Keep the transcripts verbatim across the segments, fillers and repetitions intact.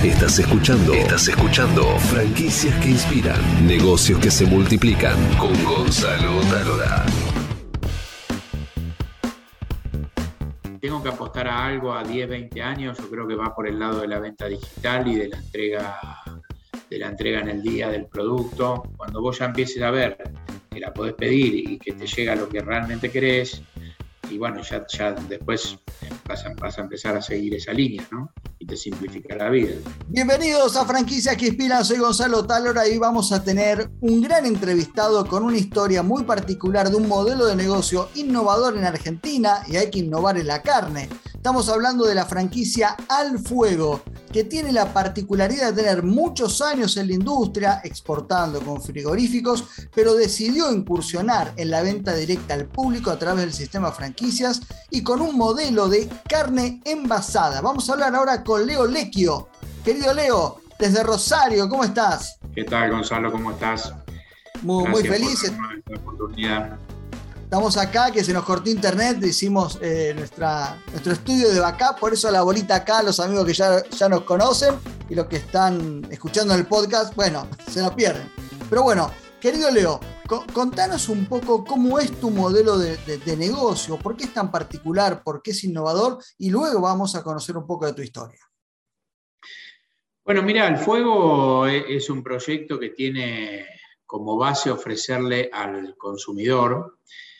Estás escuchando, estás escuchando Franquicias que Inspiran, Negocios que se Multiplican, con Gonzalo Talora. Tengo que apostar a algo a diez, veinte años, yo creo que va por el lado de la venta digital y de la entrega, de la entrega en el día del producto. Cuando vos ya empieces a ver que la podés pedir y que te llega lo que realmente querés, y bueno, ya, ya después vas a, vas a empezar a seguir esa línea, ¿no? Y te simplifica la vida. Bienvenidos a Franquicias que Inspiran, soy Gonzalo Talora y vamos a tener un gran entrevistado con una historia muy particular de un modelo de negocio innovador en Argentina, y hay que innovar en la carne. Estamos hablando de la franquicia Al Fuego, que tiene la particularidad de tener muchos años en la industria, exportando con frigoríficos, pero decidió incursionar en la venta directa al público a través del sistema franquicias y con un modelo de carne envasada. Vamos a hablar ahora con Leo Lecchio. Querido Leo, desde Rosario, ¿cómo estás? ¿Qué tal, Gonzalo? ¿Cómo estás? Muy, muy felices. Por la oportunidad. Estamos acá, que se nos cortó internet, hicimos eh, nuestra, nuestro estudio de backup, por eso la bolita acá, los amigos que ya, ya nos conocen y los que están escuchando el podcast, bueno, se lo pierden. Pero bueno, querido Leo, co- contanos un poco cómo es tu modelo de, de, de negocio, por qué es tan particular, por qué es innovador, y luego vamos a conocer un poco de tu historia. Bueno, mira, El Fuego es un proyecto que tiene como base ofrecerle al consumidor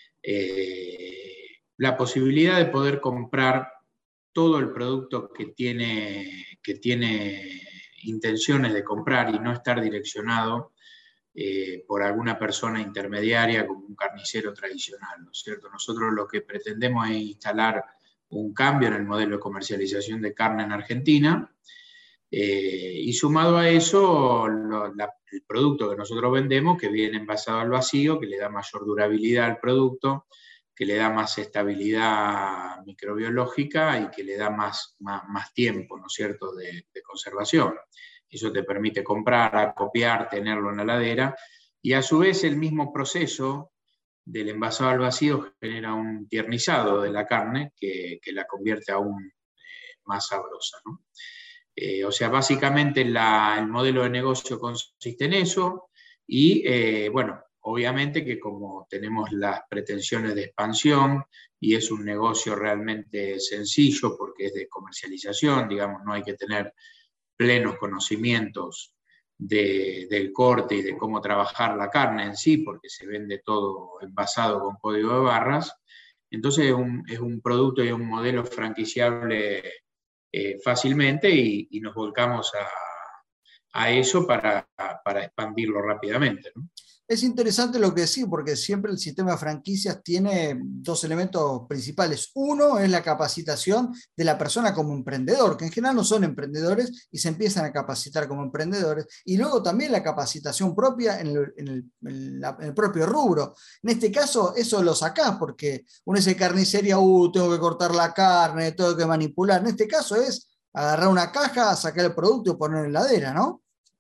Eh, la posibilidad de poder comprar todo el producto que tiene, que tiene intenciones de comprar y no estar direccionado eh, por alguna persona intermediaria como un carnicero tradicional, ¿no es cierto? Nosotros lo que pretendemos es instalar un cambio en el modelo de comercialización de carne en Argentina. Eh, y sumado a eso, lo, la, el producto que nosotros vendemos, que viene envasado al vacío, que le da mayor durabilidad al producto, que le da más estabilidad microbiológica y que le da más, más, más tiempo, ¿no es cierto?, de, de conservación. Eso te permite comprar, acopiar, tenerlo en la heladera, y a su vez el mismo proceso del envasado al vacío genera un tiernizado de la carne que, que la convierte aún eh, más sabrosa, ¿no? Eh, o sea, básicamente la, el modelo de negocio consiste en eso y, eh, bueno, obviamente que como tenemos las pretensiones de expansión y es un negocio realmente sencillo porque es de comercialización, digamos, no hay que tener plenos conocimientos de, del corte y de cómo trabajar la carne en sí, porque se vende todo envasado con código de barras. Entonces es un, es un producto y un modelo franquiciable Eh, fácilmente y, y nos volcamos a, a eso para, para expandirlo rápidamente, ¿no? Es interesante lo que decís, porque siempre el sistema de franquicias tiene dos elementos principales. Uno es la capacitación de la persona como emprendedor, que en general no son emprendedores y se empiezan a capacitar como emprendedores. Y luego también la capacitación propia en el, en el, en la, en el propio rubro. En este caso, eso lo sacás, porque uno dice carnicería, uh, tengo que cortar la carne, tengo que manipular. En este caso es agarrar una caja, sacar el producto y ponerlo en la heladera, ¿no?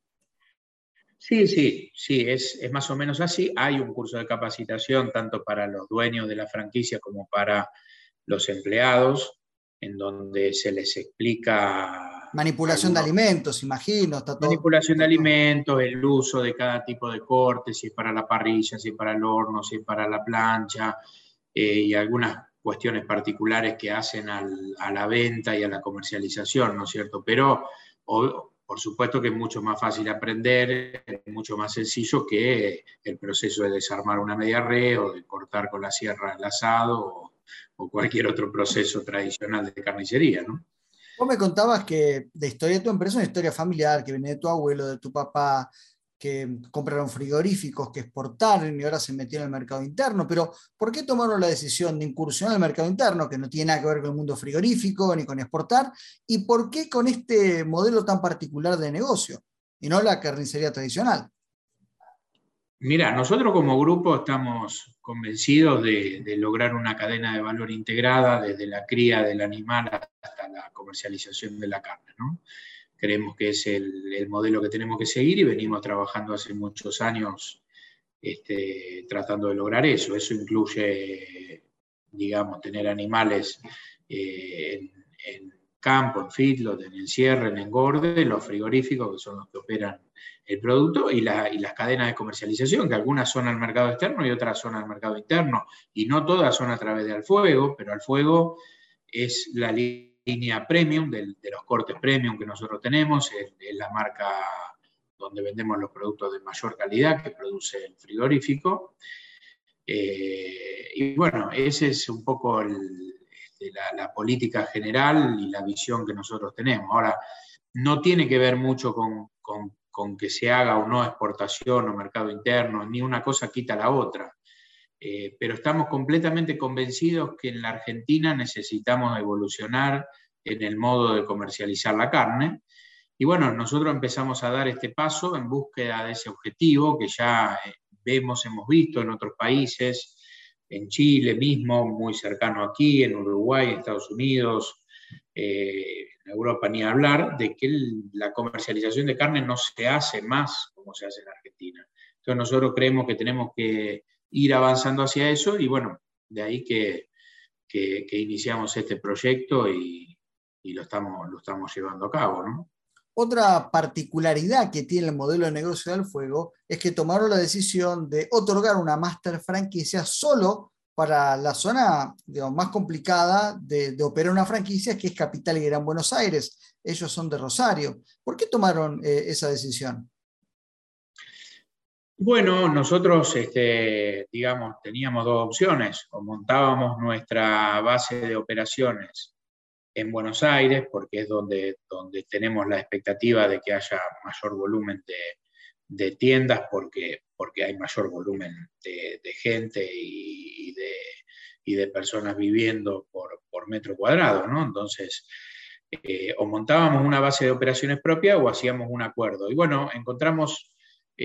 Sí, sí, sí, es, es más o menos así. Hay un curso de capacitación tanto para los dueños de la franquicia como para los empleados, en donde se les explica Manipulación de algunos, alimentos, imagino. Está todo, manipulación de está todo. alimentos, el uso de cada tipo de corte, si es para la parrilla, si es para el horno, si es para la plancha, eh, y algunas cuestiones particulares que hacen al, a la venta y a la comercialización, ¿no es cierto? Pero o, por supuesto que es mucho más fácil aprender, es mucho más sencillo que el proceso de desarmar una media res o de cortar con la sierra el asado o, o cualquier otro proceso tradicional de carnicería, ¿no? Vos me contabas que la historia de tu empresa es una historia familiar, que viene de tu abuelo, de tu papá, que compraron frigoríficos, que exportaron y ahora se metieron en el mercado interno. Pero, ¿por qué tomaron la decisión de incursionar en el mercado interno, que no tiene nada que ver con el mundo frigorífico ni con exportar? ¿Y por qué con este modelo tan particular de negocio y no la carnicería tradicional? Mira, nosotros como grupo estamos convencidos de, de lograr una cadena de valor integrada desde la cría del animal hasta la comercialización de la carne, ¿no? Creemos que es el, el modelo que tenemos que seguir y venimos trabajando hace muchos años este, tratando de lograr eso. Eso incluye, digamos, tener animales eh, en, en campo, en feedlot, en encierre, en engorde, los frigoríficos, que son los que operan el producto, y, la, y las cadenas de comercialización, que algunas son al mercado externo y otras son al mercado interno, y no todas son a través de Alfuego, pero Alfuego es la línea premium, de, de los cortes premium que nosotros tenemos, es, es la marca donde vendemos los productos de mayor calidad que produce el frigorífico. Eh, y bueno, ese es un poco el, este, la, la política general y la visión que nosotros tenemos. Ahora, no tiene que ver mucho con, con, con que se haga o no exportación o mercado interno, ni una cosa quita la otra. Eh, pero estamos completamente convencidos que en la Argentina necesitamos evolucionar en el modo de comercializar la carne. Y bueno, nosotros empezamos a dar este paso en búsqueda de ese objetivo que ya vemos, hemos visto en otros países, en Chile mismo, muy cercano aquí, en Uruguay, en Estados Unidos, eh, en Europa ni hablar, de que el, la comercialización de carne no se hace más como se hace en Argentina. Entonces nosotros creemos que tenemos que ir avanzando hacia eso y bueno, de ahí que, que, que iniciamos este proyecto y, y lo, estamos, lo estamos llevando a cabo, ¿no? Otra particularidad que tiene el modelo de negocio de Alfuego es que tomaron la decisión de otorgar una máster franquicia solo para la zona, digamos, más complicada de, de operar una franquicia, que es Capital y Gran Buenos Aires. Ellos son de Rosario. ¿Por qué tomaron eh, esa decisión? Bueno, nosotros, este, digamos, teníamos dos opciones. O montábamos nuestra base de operaciones en Buenos Aires, porque es donde, donde tenemos la expectativa de que haya mayor volumen de, de tiendas, porque, porque hay mayor volumen de, de gente y, y, de, y de personas viviendo por, por metro cuadrado, ¿no? Entonces, eh, o montábamos una base de operaciones propia o hacíamos un acuerdo. Y bueno, encontramos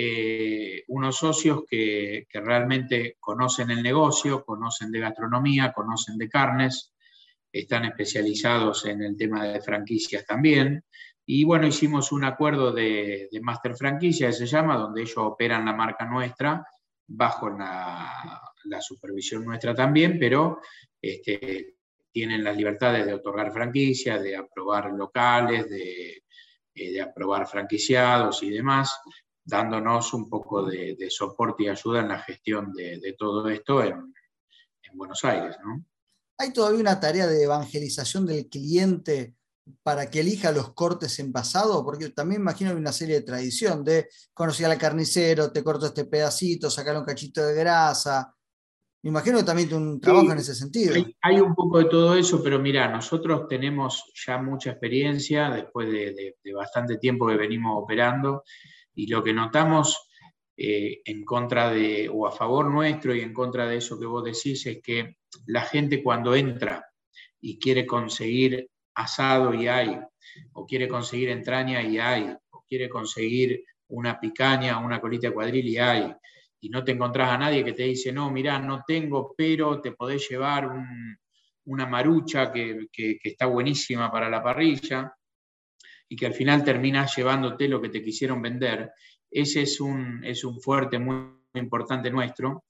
eh, unos socios que, que realmente conocen el negocio, conocen de gastronomía, conocen de carnes, están especializados en el tema de franquicias también, y bueno, hicimos un acuerdo de, de Master Franquicia, que se llama, donde ellos operan la marca nuestra, bajo la, la supervisión nuestra también, pero este, tienen las libertades de otorgar franquicias, de aprobar locales, de, de aprobar franquiciados y demás, dándonos un poco de, de soporte y ayuda en la gestión de, de todo esto en, en Buenos Aires, ¿no? ¿Hay todavía una tarea de evangelización del cliente para que elija los cortes envasados? Porque también imagino que hay una serie de tradición de conocer al carnicero, te corto este pedacito, sacarle un cachito de grasa. Me imagino que también tiene un trabajo sí, en ese sentido. Hay, hay un poco de todo eso, pero mira, nosotros tenemos ya mucha experiencia después de, de, de bastante tiempo que venimos operando, y lo que notamos eh, en contra de, o a favor nuestro y en contra de eso que vos decís, es que la gente cuando entra y quiere conseguir asado y hay, o quiere conseguir entraña y hay, o quiere conseguir una picaña, una colita de cuadril y hay, y no te encontrás a nadie que te dice, no, mirá, no tengo, pero te podés llevar un, una marucha que, que, que está buenísima para la parrilla, y que al final terminás llevándote lo que te quisieron vender. Ese es un, es un fuerte muy importante nuestro,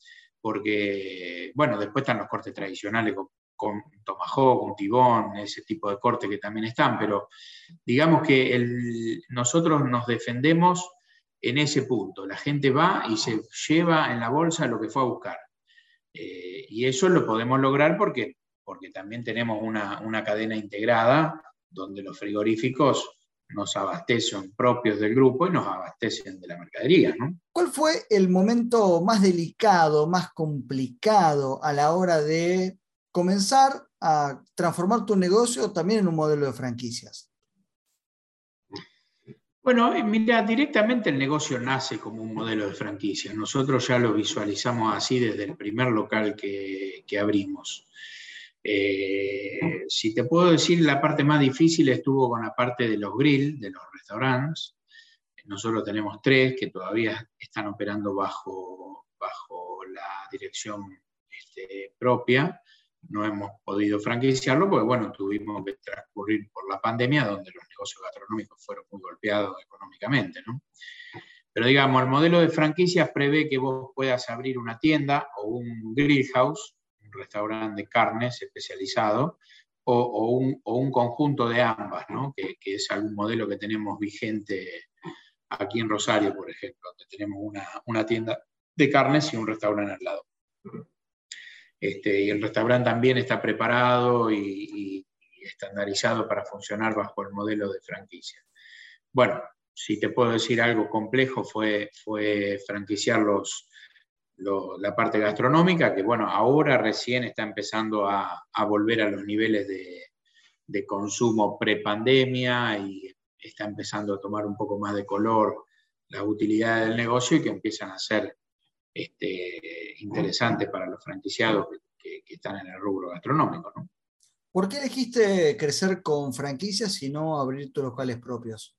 porque, bueno, después están los cortes tradicionales con, con tomahawk, con tibón, ese tipo de cortes que también están, pero digamos que el, nosotros nos defendemos en ese punto. La gente va y se lleva en la bolsa lo que fue a buscar. Eh, y eso lo podemos lograr porque, porque también tenemos una, una cadena integrada donde los frigoríficos nos abastecen propios del grupo y nos abastecen de la mercadería, ¿no? ¿Cuál fue el momento más delicado, más complicado a la hora de comenzar a transformar tu negocio también en un modelo de franquicias? Bueno, mira, directamente el negocio nace como un modelo de franquicia. Nosotros ya lo visualizamos así desde el primer local que, que abrimos. Eh, si te puedo decir, la parte más difícil estuvo con la parte de los grill, de los restaurantes. Nosotros tenemos tres que todavía están operando bajo, bajo la dirección este, propia. No hemos podido franquiciarlo porque, bueno, tuvimos que transcurrir por la pandemia, donde los negocios gastronómicos fueron muy golpeados económicamente, ¿no? Pero, digamos, el modelo de franquicias prevé que vos puedas abrir una tienda o un grill house, un restaurante de carnes especializado, o, o, un, o un conjunto de ambas, ¿no? que, que es algún modelo que tenemos vigente aquí en Rosario, por ejemplo, donde tenemos una, una tienda de carnes y un restaurante al lado. Este, y el restaurante también está preparado y, y, y estandarizado para funcionar bajo el modelo de franquicia. Bueno, si te puedo decir algo complejo, fue, fue franquiciar los, los, la parte gastronómica, que bueno, ahora recién está empezando a, a volver a los niveles de, de consumo pre-pandemia y está empezando a tomar un poco más de color las utilidades del negocio y que empiezan a ser este, interesantes para los franquiciados que, que, que están en el rubro gastronómico, ¿no? ¿Por qué elegiste crecer con franquicias y no abrir tus locales propios?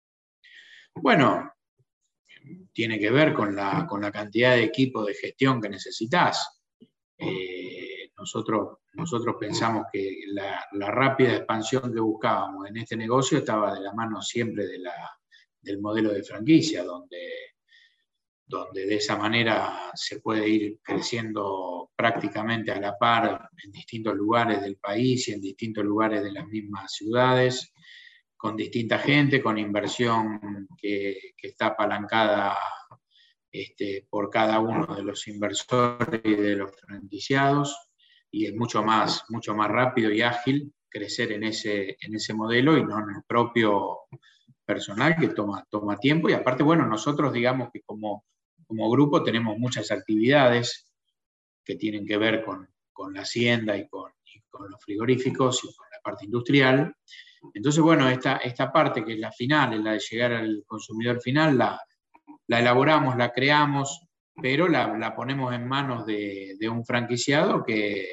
Bueno, tiene que ver con la, con la cantidad de equipo de gestión que necesitas. Eh, nosotros, nosotros pensamos que la, la rápida expansión que buscábamos en este negocio estaba de la mano siempre de la, del modelo de franquicia, donde, donde de esa manera se puede ir creciendo prácticamente a la par en distintos lugares del país y en distintos lugares de las mismas ciudades, con distinta gente, con inversión que, que está apalancada este, por cada uno de los inversores y de los franquiciados, y es mucho más, mucho más rápido y ágil crecer en ese, en ese modelo y no en el propio personal, que toma, toma tiempo. Y aparte, bueno, nosotros digamos que como, como grupo tenemos muchas actividades que tienen que ver con, con la hacienda y con, y con los frigoríficos y con la parte industrial. Entonces, bueno, esta, esta parte que es la final, es la de llegar al consumidor final, la, la elaboramos, la creamos, pero la, la ponemos en manos de, de un franquiciado que,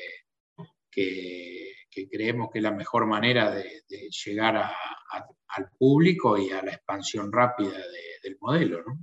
que, que creemos que es la mejor manera de, de llegar a, a, al público y a la expansión rápida de, del modelo, ¿no?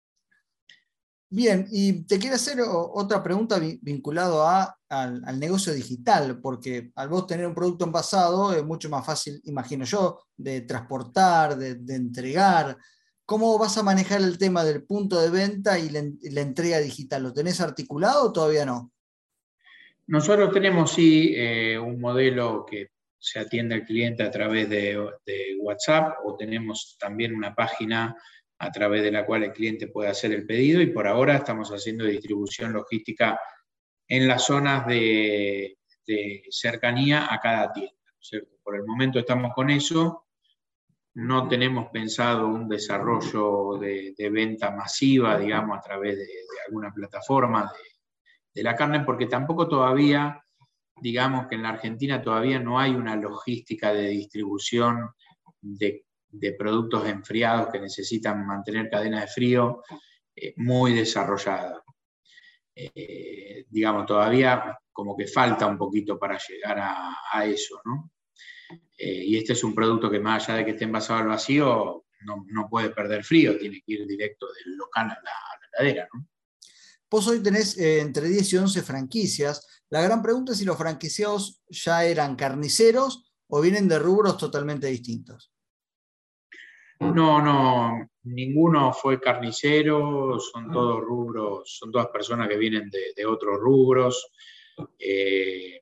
Bien, y te quiero hacer otra pregunta vinculado a, al, al negocio digital, porque al vos tener un producto envasado es mucho más fácil, imagino yo, de transportar, de, de entregar. ¿Cómo vas a manejar el tema del punto de venta y la, y la entrega digital? ¿Lo tenés articulado o todavía no? Nosotros tenemos sí eh, un modelo que se atiende al cliente a través de, de WhatsApp, o tenemos también una página a través de la cual el cliente puede hacer el pedido, y por ahora estamos haciendo distribución logística en las zonas de, de cercanía a cada tienda, ¿cierto? Por el momento estamos con eso, no tenemos pensado un desarrollo de, de venta masiva, digamos, a través de, de alguna plataforma de, de la carne, porque tampoco todavía, digamos que en la Argentina todavía no hay una logística de distribución de de productos enfriados que necesitan mantener cadena de frío eh, muy desarrollada. Eh, digamos, todavía como que falta un poquito para llegar a, a eso, ¿no? Eh, y este es un producto que más allá de que esté envasado al vacío, no, no puede perder frío, tiene que ir directo del local a la, a la heladera, ¿no? Vos hoy tenés eh, entre diez y once franquicias. La gran pregunta es si los franquiciados ya eran carniceros o vienen de rubros totalmente distintos. No, no, ninguno fue carnicero, son todos rubros, son todas personas que vienen de, de otros rubros. Eh,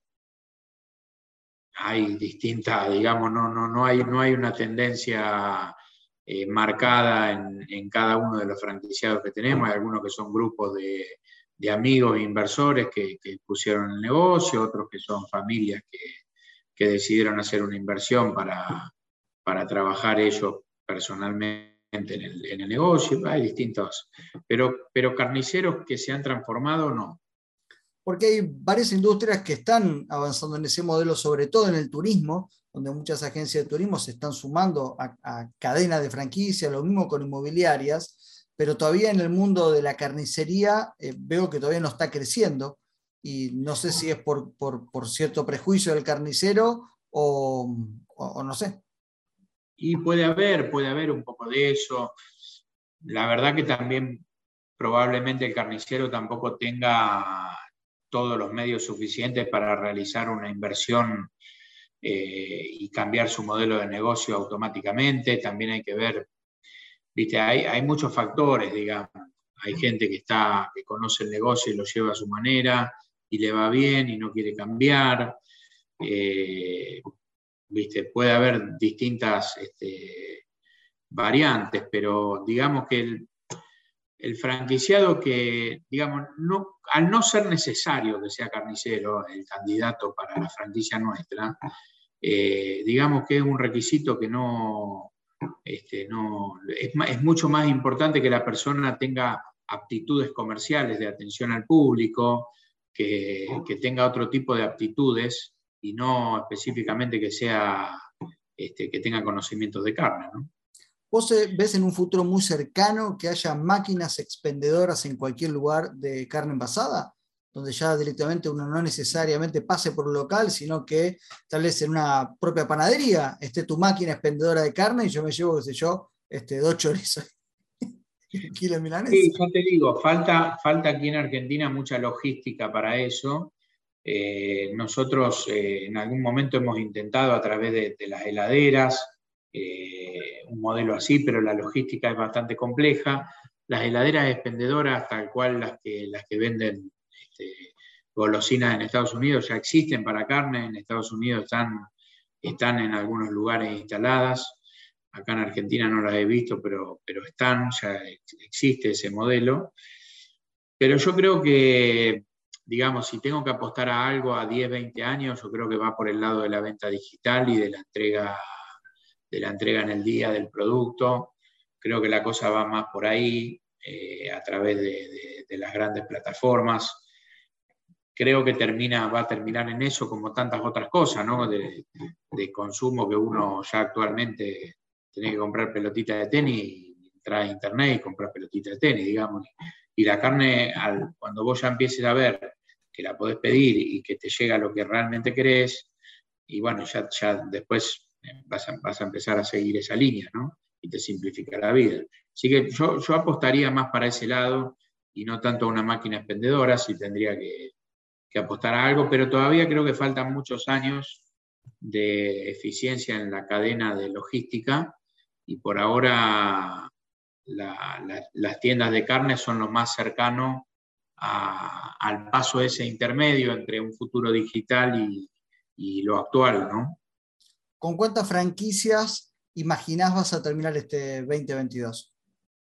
hay distintas, digamos, no, no, no, hay, no hay una tendencia eh, marcada en, en cada uno de los franquiciados que tenemos. Hay algunos que son grupos de, de amigos e inversores que, que pusieron el negocio, otros que son familias que, que decidieron hacer una inversión para, para trabajar ellos personalmente en el, en el negocio. Hay distintos, pero, pero carniceros que se han transformado, no. Porque hay varias industrias que están avanzando en ese modelo, sobre todo en el turismo, donde muchas agencias de turismo se están sumando a, a cadenas de franquicia, lo mismo con inmobiliarias, pero todavía en el mundo de la carnicería eh, veo que todavía no está creciendo, y no sé si es por, por, por cierto prejuicio del carnicero o, o, o no sé. Y puede haber, puede haber un poco de eso. La verdad que también probablemente el carnicero tampoco tenga todos los medios suficientes para realizar una inversión eh, y cambiar su modelo de negocio automáticamente. También hay que ver, viste, hay, hay muchos factores, digamos. Hay gente que, está, que conoce el negocio y lo lleva a su manera y le va bien y no quiere cambiar. Eh, ¿viste? Puede haber distintas este, variantes, pero digamos que el, el franquiciado que, digamos, no, al no ser necesario que sea carnicero el candidato para la franquicia nuestra, eh, digamos que es un requisito que no, este, no es, es mucho más importante que la persona tenga aptitudes comerciales de atención al público, que, que tenga otro tipo de aptitudes y no específicamente que sea este, que tenga conocimientos de carne, ¿no? ¿Vos ves en un futuro muy cercano que haya máquinas expendedoras en cualquier lugar de carne envasada? Donde ya directamente uno no necesariamente pase por un local, sino que tal vez en una propia panadería esté tu máquina expendedora de carne y yo me llevo, qué sé yo, este, dos chorizos y un kilo de milanesa. Sí, yo te digo, falta, falta aquí en Argentina mucha logística para eso. Eh, nosotros eh, en algún momento hemos intentado a través de, de las heladeras, eh, un modelo así, pero la logística es bastante compleja. Las heladeras expendedoras, tal cual las que, las que venden este, golosinas en Estados Unidos, ya existen para carne. En Estados Unidos están, están en algunos lugares instaladas. Acá en Argentina no las he visto, pero, pero están, ya existe ese modelo. Pero yo creo que, digamos, si tengo que apostar a algo a diez, veinte años, yo creo que va por el lado de la venta digital y de la entrega, de la entrega en el día del producto. Creo que la cosa va más por ahí, eh, a través de, de, de las grandes plataformas. Creo que termina, va a terminar en eso como tantas otras cosas, ¿no? De, de consumo que uno ya actualmente tiene que comprar pelotitas de tenis y entrar a internet y comprar pelotitas de tenis, digamos. Y la carne, al, cuando vos ya empieces a ver que la podés pedir y que te llega lo que realmente querés, y bueno, ya, ya después vas a, vas a empezar a seguir esa línea, ¿no? Y te simplifica la vida. Así que yo, yo apostaría más para ese lado y no tanto a una máquina expendedora, si tendría que, que apostar a algo, pero todavía creo que faltan muchos años de eficiencia en la cadena de logística y por ahora la, la, las tiendas de carne son lo más cercano a, al paso ese intermedio entre un futuro digital y, y lo actual, ¿no? ¿Con cuántas franquicias imaginás vas a terminar este veinte veintidós?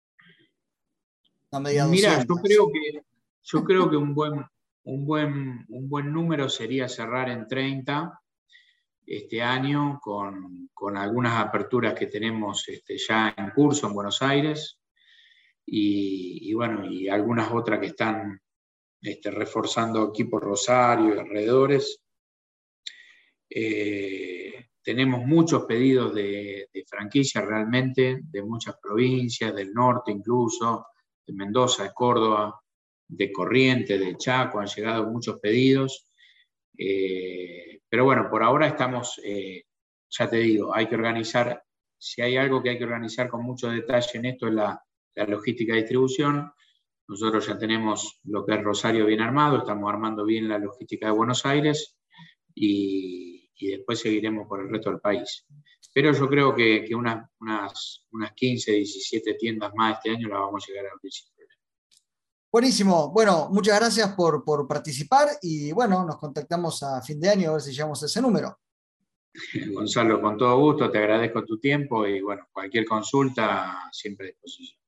No me digas Mira, doscientas. yo creo que, yo creo que un, buen, un, buen, un buen número sería cerrar en treinta este año, con, con algunas aperturas que tenemos este, ya en curso en Buenos Aires, y, y bueno, y algunas otras que están este, reforzando aquí por Rosario y alrededores. Eh, tenemos muchos pedidos de, de franquicia realmente, de muchas provincias, del norte incluso, de Mendoza, de Córdoba, de Corrientes, de Chaco, han llegado muchos pedidos. Eh, pero bueno, por ahora estamos, eh, ya te digo, hay que organizar, si hay algo que hay que organizar con mucho detalle en esto es la, la logística de distribución. Nosotros ya tenemos lo que es Rosario bien armado, estamos armando bien la logística de Buenos Aires y, y después seguiremos por el resto del país. Pero yo creo que, que unas, unas, unas quince, diecisiete tiendas más este año las vamos a llegar a abrir sin problema. Buenísimo. Bueno, muchas gracias por, por participar y bueno, nos contactamos a fin de año a ver si llegamos a ese número. Gonzalo, con todo gusto, te agradezco tu tiempo y bueno, cualquier consulta siempre a disposición.